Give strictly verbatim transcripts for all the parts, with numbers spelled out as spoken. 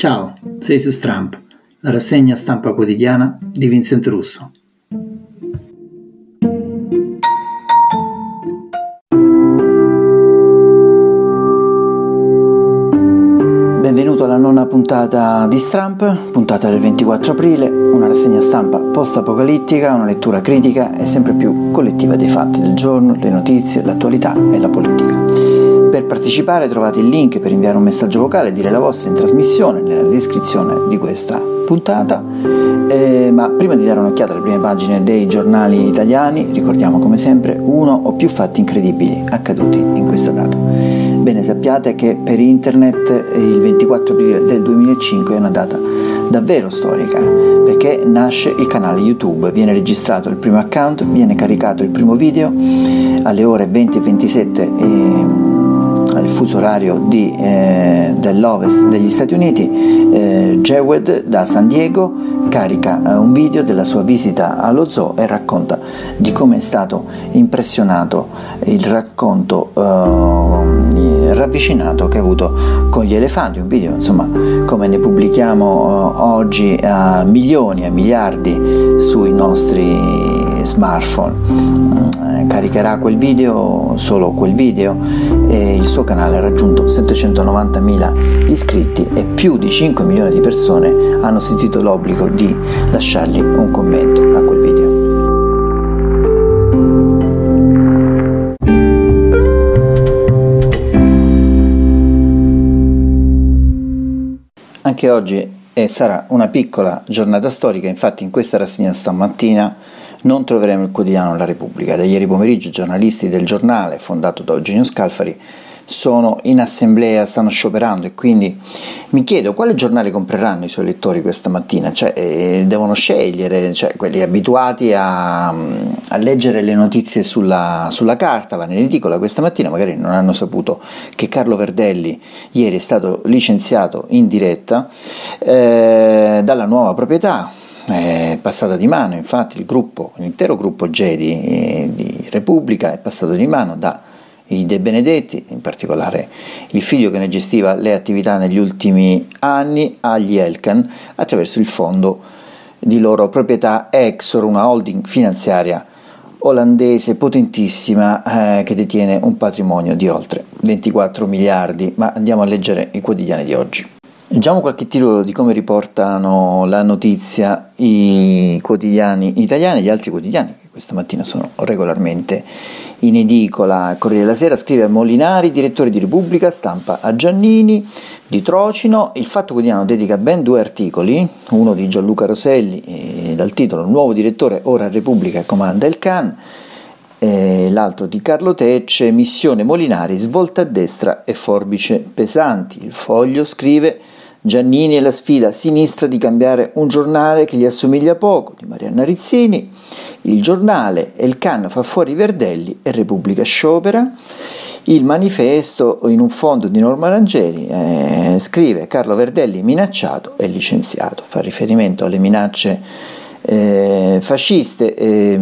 Ciao, sei su Stramp, la rassegna stampa quotidiana di Vincent Russo. Benvenuto alla nona puntata di Stramp, puntata del ventiquattro aprile, una rassegna stampa post-apocalittica, una lettura critica e sempre più collettiva dei fatti del giorno, le notizie, l'attualità e la politica. Per partecipare trovate il link per inviare un messaggio vocale e dire la vostra in trasmissione nella descrizione di questa puntata, eh, ma prima di dare un'occhiata alle prime pagine dei giornali italiani ricordiamo come sempre uno o più fatti incredibili accaduti in questa data. Bene, sappiate che per internet il ventiquattro aprile del duemilacinque è una data davvero storica, perché nasce il canale YouTube, viene registrato il primo account, viene caricato il primo video alle ore venti e ventisette e al fuso orario di, eh, dell'ovest degli Stati Uniti. eh, Jewed da San Diego carica eh, un video della sua visita allo zoo e racconta di come è stato impressionato il racconto eh, ravvicinato che ha avuto con gli elefanti, un video insomma come ne pubblichiamo eh, oggi a milioni, a miliardi sui nostri smartphone. Caricherà quel video, solo quel video, e il suo canale ha raggiunto settecentonovantamila iscritti e più di cinque milioni di persone hanno sentito l'obbligo di lasciargli un commento a quel video. Anche oggi e sarà una piccola giornata storica, infatti in questa rassegna stamattina non troveremo il quotidiano La Repubblica. Da ieri pomeriggio i giornalisti del giornale, fondato da Eugenio Scalfari, sono in assemblea, stanno scioperando e quindi mi chiedo quale giornale compreranno i suoi lettori questa mattina, cioè eh, devono scegliere, cioè quelli abituati a, a leggere le notizie sulla, sulla carta, va nell'edicola, questa mattina magari non hanno saputo che Carlo Verdelli ieri è stato licenziato in diretta eh, dalla nuova proprietà. È passata di mano, infatti il gruppo, l'intero gruppo G di, eh, di Repubblica è passato di mano da i De Benedetti, in particolare il figlio che ne gestiva le attività negli ultimi anni, agli Elkann, attraverso il fondo di loro proprietà Exor, una holding finanziaria olandese potentissima eh, che detiene un patrimonio di oltre ventiquattro miliardi. Ma andiamo a leggere i quotidiani di oggi. Leggiamo qualche titolo di come riportano la notizia i quotidiani italiani, gli altri quotidiani che questa mattina sono regolarmente in edicola. Corriere della Sera scrive a Molinari, direttore di Repubblica, stampa a Giannini di Trocino. Il Fatto Quotidiano dedica ben due articoli, uno di Gianluca Roselli eh, dal titolo Nuovo direttore, ora Repubblica comanda il Can, e l'altro di Carlo Tecce, missione Molinari, svolta a destra e forbice pesanti. Il Foglio scrive Giannini e la sfida a sinistra di cambiare un giornale che gli assomiglia poco, di Marianna Rizzini. Il Giornale e il Can fa fuori Verdelli e Repubblica sciopera. Il Manifesto, in un fondo di Norma Rangeri, eh, scrive Carlo Verdelli minacciato e licenziato, fa riferimento alle minacce eh, fasciste eh,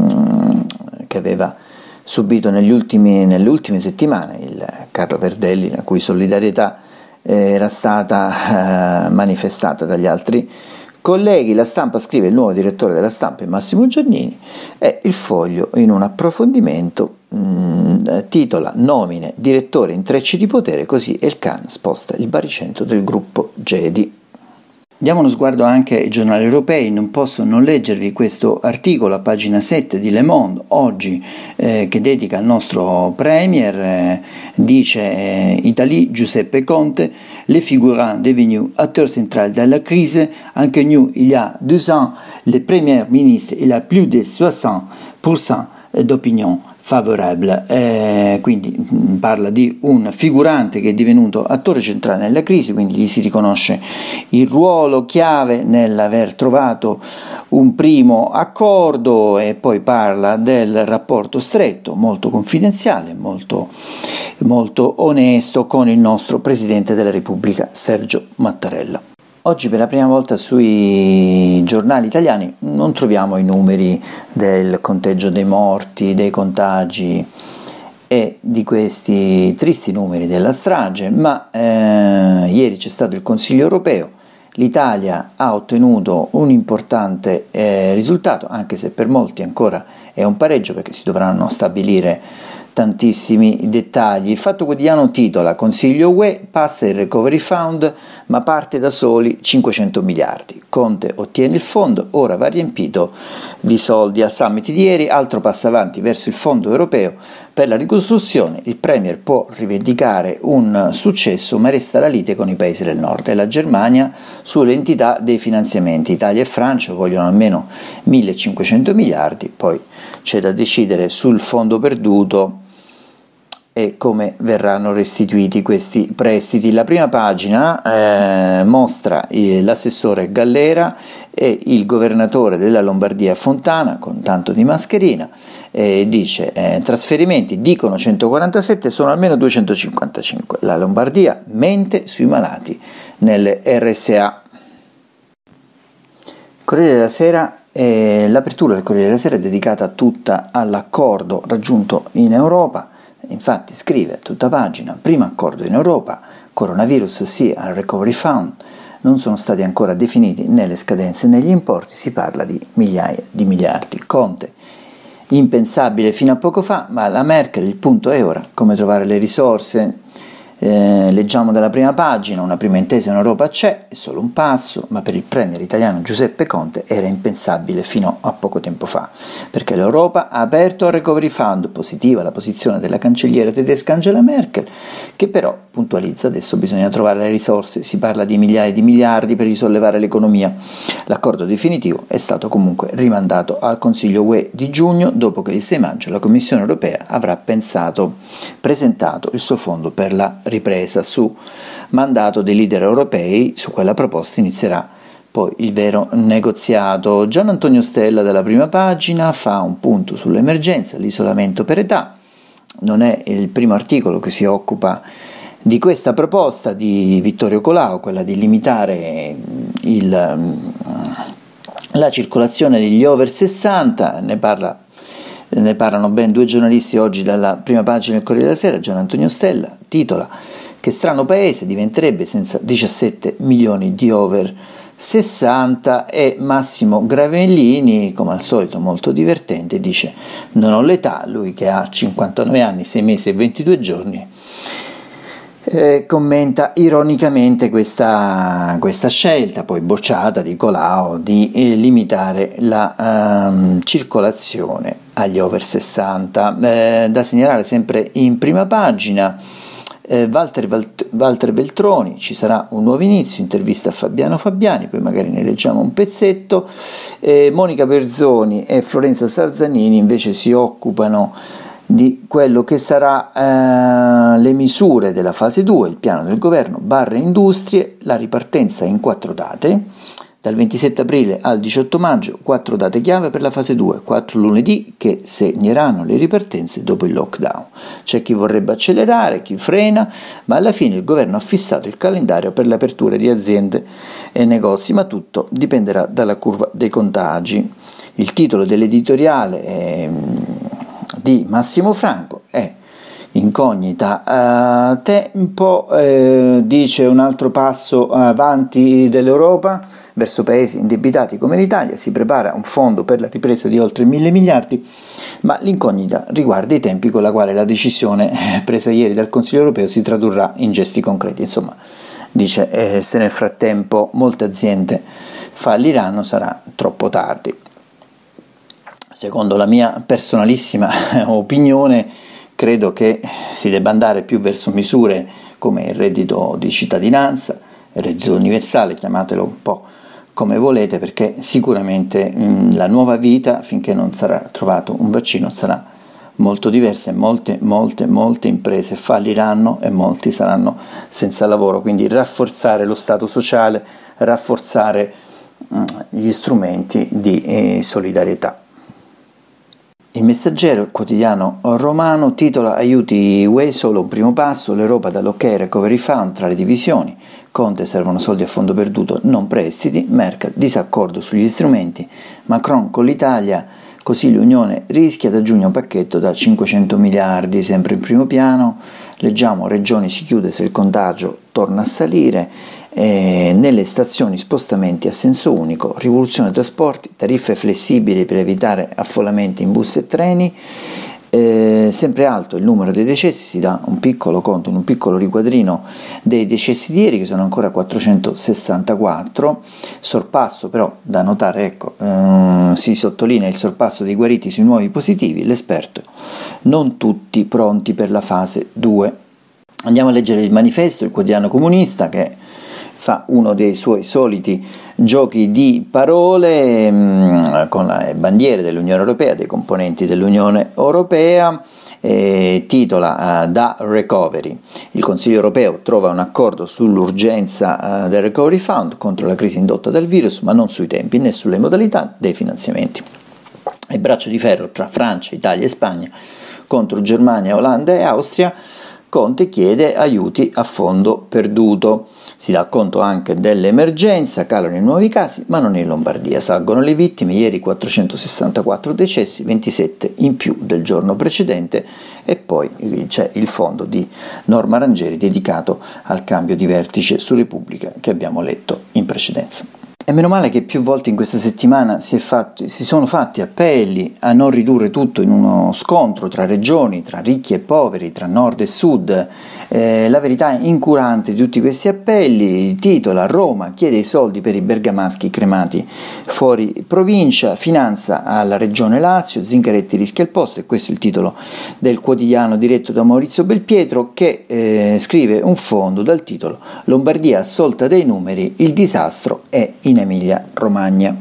che aveva subito negli ultimi, nelle ultime settimane il Carlo Verdelli, la cui solidarietà era stata eh, manifestata dagli altri colleghi. La Stampa scrive il nuovo direttore della Stampa è Massimo Giannini e il Foglio in un approfondimento mh, titola nomine direttore intrecci di potere, così il Can sposta il baricentro del gruppo Gedi. Diamo uno sguardo anche ai giornali europei, non posso non leggervi questo articolo a pagina sette di Le Monde, oggi, eh, che dedica al nostro premier, eh, dice eh, Italie, Giuseppe Conte, les figurants devenus acteurs centrales de la crise, anche nous, il y a deux ans, le premier ministre, il a plus de soixante pour cent d'opinion favorable, eh, quindi mh, parla di un figurante che è divenuto attore centrale nella crisi, quindi gli si riconosce il ruolo chiave nell'aver trovato un primo accordo e poi parla del rapporto stretto, molto confidenziale, molto, molto onesto con il nostro Presidente della Repubblica Sergio Mattarella. Oggi per la prima volta sui giornali italiani non troviamo i numeri del conteggio dei morti, dei contagi e di questi tristi numeri della strage, ma eh, ieri c'è stato il Consiglio europeo, l'Italia ha ottenuto un importante eh, risultato, anche se per molti ancora è un pareggio perché si dovranno stabilire tantissimi dettagli. Il Fatto Quotidiano titola: Consiglio U E, passa il Recovery Fund ma parte da soli cinquecento miliardi. Conte ottiene il fondo, ora va riempito di soldi. Al summit di ieri, altro passo avanti verso il fondo europeo per la ricostruzione. Il Premier può rivendicare un successo, ma resta la lite con i paesi del nord e la Germania sull'entità dei finanziamenti. Italia e Francia vogliono almeno millecinquecento miliardi, poi c'è da decidere sul fondo perduto e come verranno restituiti questi prestiti. La prima pagina eh, mostra eh, l'assessore Gallera e il governatore della Lombardia Fontana con tanto di mascherina, e dice eh, trasferimenti dicono centoquarantasette, sono almeno duecentocinquantacinque. La Lombardia mente sui malati nelle R S A. Corriere della Sera. E l'apertura del Corriere della Sera è dedicata tutta all'accordo raggiunto in Europa. Infatti scrive a tutta pagina: primo accordo in Europa, coronavirus sì al Recovery Fund, non sono stati ancora definiti né le scadenze né gli importi, si parla di migliaia di miliardi. Conte: impensabile fino a poco fa, ma la Merkel il punto è ora, come trovare le risorse? Eh, leggiamo dalla prima pagina: una prima intesa in Europa c'è, è solo un passo, ma per il premier italiano Giuseppe Conte era impensabile fino a poco tempo fa, perché l'Europa ha aperto al Recovery Fund. Positiva la posizione della cancelliera tedesca Angela Merkel, che però puntualizza: adesso bisogna trovare le risorse, si parla di migliaia di miliardi per risollevare l'economia. L'accordo definitivo è stato comunque rimandato al Consiglio U E di giugno, dopo che il sei maggio la Commissione europea avrà pensato, presentato il suo fondo per la ripresa. Su mandato dei leader europei, su quella proposta inizierà poi il vero negoziato. Gian Antonio Stella dalla prima pagina fa un punto sull'emergenza, l'isolamento per età. Non è il primo articolo che si occupa di questa proposta di Vittorio Colao, quella di limitare il, la circolazione degli over sessanta. Ne parla Ne parlano ben due giornalisti oggi dalla prima pagina del Corriere della Sera. Gian Antonio Stella titola: che strano paese diventerebbe senza diciassette milioni di over sessanta, e Massimo Gravellini, come al solito molto divertente, dice: non ho l'età, lui che ha cinquantanove anni, sei mesi e ventidue giorni, Eh, commenta ironicamente questa, questa scelta, poi bocciata, di Colao, di eh, limitare la ehm, circolazione agli over sessanta. Eh, da segnalare sempre in prima pagina eh, Walter, Valt- Walter Veltroni: ci sarà un nuovo inizio, intervista a Fabiano Fabiani, poi magari ne leggiamo un pezzetto. eh, Monica Berzoni e Florenza Sarzanini invece si occupano di quello che sarà eh, le misure della fase due, il piano del governo barra industrie, la ripartenza in quattro date, dal ventisette aprile al diciotto maggio, quattro date chiave per la fase due, quattro lunedì che segneranno le ripartenze dopo il lockdown. C'è chi vorrebbe accelerare, chi frena, ma alla fine il governo ha fissato il calendario per l'apertura di aziende e negozi, ma tutto dipenderà dalla curva dei contagi. Il titolo dell'editoriale è di Massimo Franco è incognita a tempo, eh, dice: un altro passo avanti dell'Europa verso paesi indebitati come l'Italia, si prepara un fondo per la ripresa di oltre mille miliardi, ma l'incognita riguarda i tempi con la quale la decisione presa ieri dal Consiglio europeo si tradurrà in gesti concreti. Insomma, dice, eh, se nel frattempo molte aziende falliranno sarà troppo tardi. Secondo la mia personalissima opinione, credo che si debba andare più verso misure come il reddito di cittadinanza, il reddito universale, chiamatelo un po' come volete, perché sicuramente mh, la nuova vita, finché non sarà trovato un vaccino, sarà molto diversa e molte, molte, molte imprese falliranno e molti saranno senza lavoro. Quindi rafforzare lo Stato sociale, rafforzare mh, gli strumenti di eh, solidarietà. Il Messaggero, il quotidiano romano, titola: aiuti U E solo un primo passo, l'Europa dall'ok Recovery Fund tra le divisioni, Conte servono soldi a fondo perduto, non prestiti, Merkel disaccordo sugli strumenti, Macron con l'Italia Così l'Unione rischia da giugno un pacchetto da cinquecento miliardi, sempre in primo piano. Leggiamo: Regioni si chiude se il contagio torna a salire. Eh, nelle stazioni spostamenti a senso unico, rivoluzione trasporti, tariffe flessibili per evitare affollamenti in bus e treni. Eh, sempre alto il numero dei decessi, si dà un piccolo conto, un piccolo riquadrino dei decessi di ieri, che sono ancora quattrocentosessantaquattro, sorpasso però da notare, ecco, eh, si sottolinea il sorpasso dei guariti sui nuovi positivi, l'esperto: non tutti pronti per la fase due. Andiamo a leggere il Manifesto, il quotidiano comunista, che fa uno dei suoi soliti giochi di parole mh, con le bandiere dell'Unione Europea, dei componenti dell'Unione Europea. Eh, titola uh, Da Recovery. Il Consiglio Europeo trova un accordo sull'urgenza uh, del Recovery Fund contro la crisi indotta dal virus, ma non sui tempi né sulle modalità dei finanziamenti. Il braccio di ferro tra Francia, Italia e Spagna contro Germania, Olanda e Austria. Conte chiede aiuti a fondo perduto. Si dà conto anche dell'emergenza, calano i nuovi casi, ma non in Lombardia. Salgono le vittime, ieri quattrocentosessantaquattro decessi, ventisette in più del giorno precedente, e poi c'è il fondo di Norma Rangeri dedicato al cambio di vertice su Repubblica che abbiamo letto in precedenza. E meno male che più volte in questa settimana si, è fatto, si sono fatti appelli a non ridurre tutto in uno scontro tra regioni, tra ricchi e poveri, tra nord e sud. Eh, la verità incurante di tutti questi appelli titola: Roma chiede i soldi per i bergamaschi cremati fuori provincia, finanza alla regione Lazio, Zingaretti rischia il posto. E questo è il titolo del quotidiano diretto da Maurizio Belpietro, che eh, scrive un fondo dal titolo: Lombardia assolta dei numeri, il disastro è in Emilia Romagna.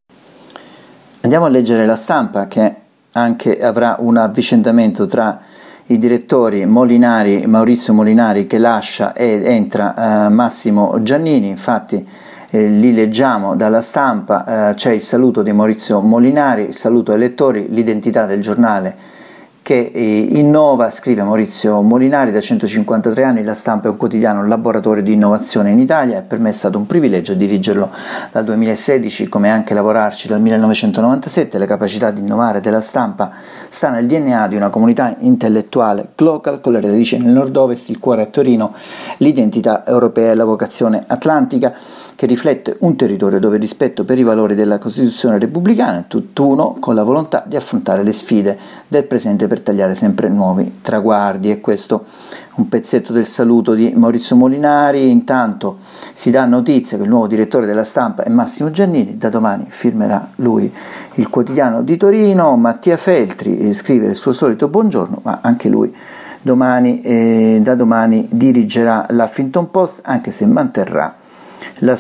Andiamo a leggere La Stampa, che anche avrà un avvicendamento tra i direttori Molinari, Maurizio Molinari che lascia ed entra uh, Massimo Giannini. Infatti eh, li leggiamo dalla Stampa, eh, c'è il saluto di Maurizio Molinari, il saluto ai lettori, l'identità del giornale che innova, scrive Maurizio Molinari: da centocinquantatré anni La Stampa è un quotidiano, un laboratorio di innovazione in Italia, e per me è stato un privilegio dirigerlo dal duemilasedici, come anche lavorarci dal millenovecentonovantasette. Le capacità di innovare della Stampa sta nel D N A di una comunità intellettuale local, con le radici nel nord-ovest, il cuore a Torino, l'identità europea e la vocazione atlantica, che riflette un territorio dove il rispetto per i valori della Costituzione repubblicana è tutt'uno con la volontà di affrontare le sfide del presente per tagliare sempre nuovi traguardi. E questo un pezzetto del saluto di Maurizio Molinari. Intanto si dà notizia che il nuovo direttore della Stampa è Massimo Giannini, da domani firmerà lui il quotidiano di Torino. Mattia Feltri scrive il suo solito buongiorno, ma anche lui domani, eh, da domani dirigerà l'Huffington Post, anche se manterrà la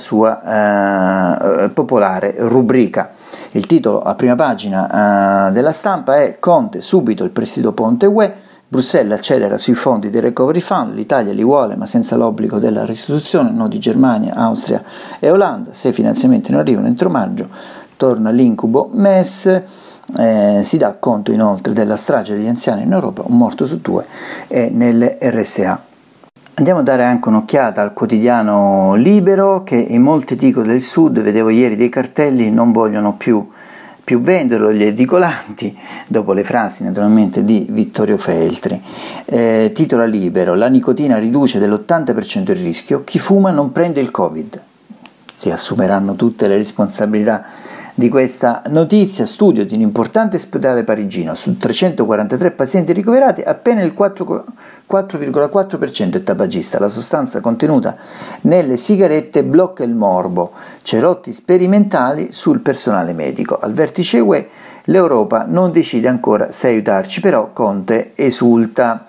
sua eh, popolare rubrica. Il titolo a prima pagina eh, della Stampa è: Conte subito il prestito ponte U E, Bruxelles accelera sui fondi del Recovery Fund, l'Italia li vuole ma senza l'obbligo della restituzione, no di Germania, Austria e Olanda, se i finanziamenti non arrivano entro maggio torna l'incubo M E S. Eh, si dà conto inoltre della strage degli anziani in Europa, un morto su due è nelle R S A. Andiamo a dare anche un'occhiata al quotidiano Libero, che in molti edicoли del sud, vedevo ieri dei cartelli, non vogliono più, più venderlo gli edicolanti, dopo le frasi naturalmente di Vittorio Feltri. Eh, titola Libero: la nicotina riduce dell'ottanta per cento il rischio, chi fuma non prende il Covid. Si assumeranno tutte le responsabilità di questa notizia. Studio di un importante ospedale parigino: su trecentoquarantatré pazienti ricoverati appena il quattro virgola quattro per cento è tabagista, la sostanza contenuta nelle sigarette blocca il morbo, cerotti sperimentali sul personale medico. Al vertice U E l'Europa non decide ancora se aiutarci, però Conte esulta.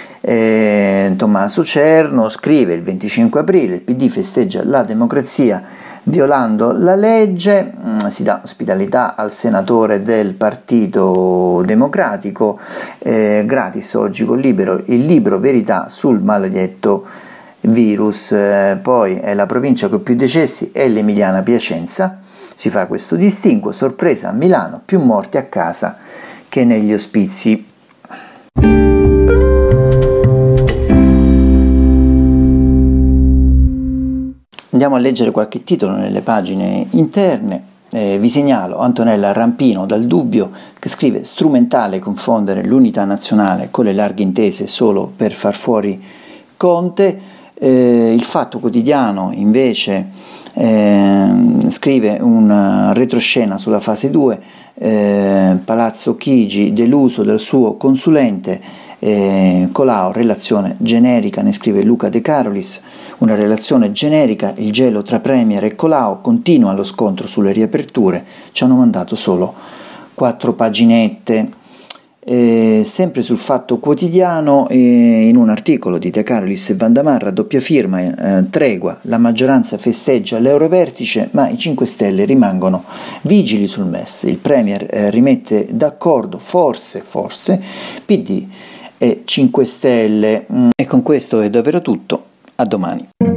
Eh, Tommaso Cerno scrive: il venticinque aprile il P D festeggia la democrazia violando la legge, si dà ospitalità al senatore del Partito Democratico, eh, gratis oggi con Libero il libro Verità sul maledetto virus. Eh, poi è la provincia con più decessi è l'Emiliana Piacenza, si fa questo distinguo, sorpresa a Milano, più morti a casa che negli ospizi. Andiamo a leggere qualche titolo nelle pagine interne. Eh, vi segnalo Antonella Rampino dal Dubbio, che scrive: strumentale confondere l'unità nazionale con le larghe intese solo per far fuori Conte. Eh, il Fatto Quotidiano invece eh, scrive una retroscena sulla fase due, eh, Palazzo Chigi deluso del suo consulente. Eh, Colau, relazione generica, ne scrive Luca De Carolis, una relazione generica, il gelo tra Premier e Colau, continua lo scontro sulle riaperture, ci hanno mandato solo quattro paginette. Eh, sempre sul Fatto Quotidiano, eh, in un articolo di De Carolis e Vandamarra, doppia firma, eh, tregua, la maggioranza festeggia l'Eurovertice ma i cinque Stelle rimangono vigili sul M E S, il Premier eh, rimette d'accordo forse, forse, P D e cinque Stelle. E con questo è davvero tutto, a domani.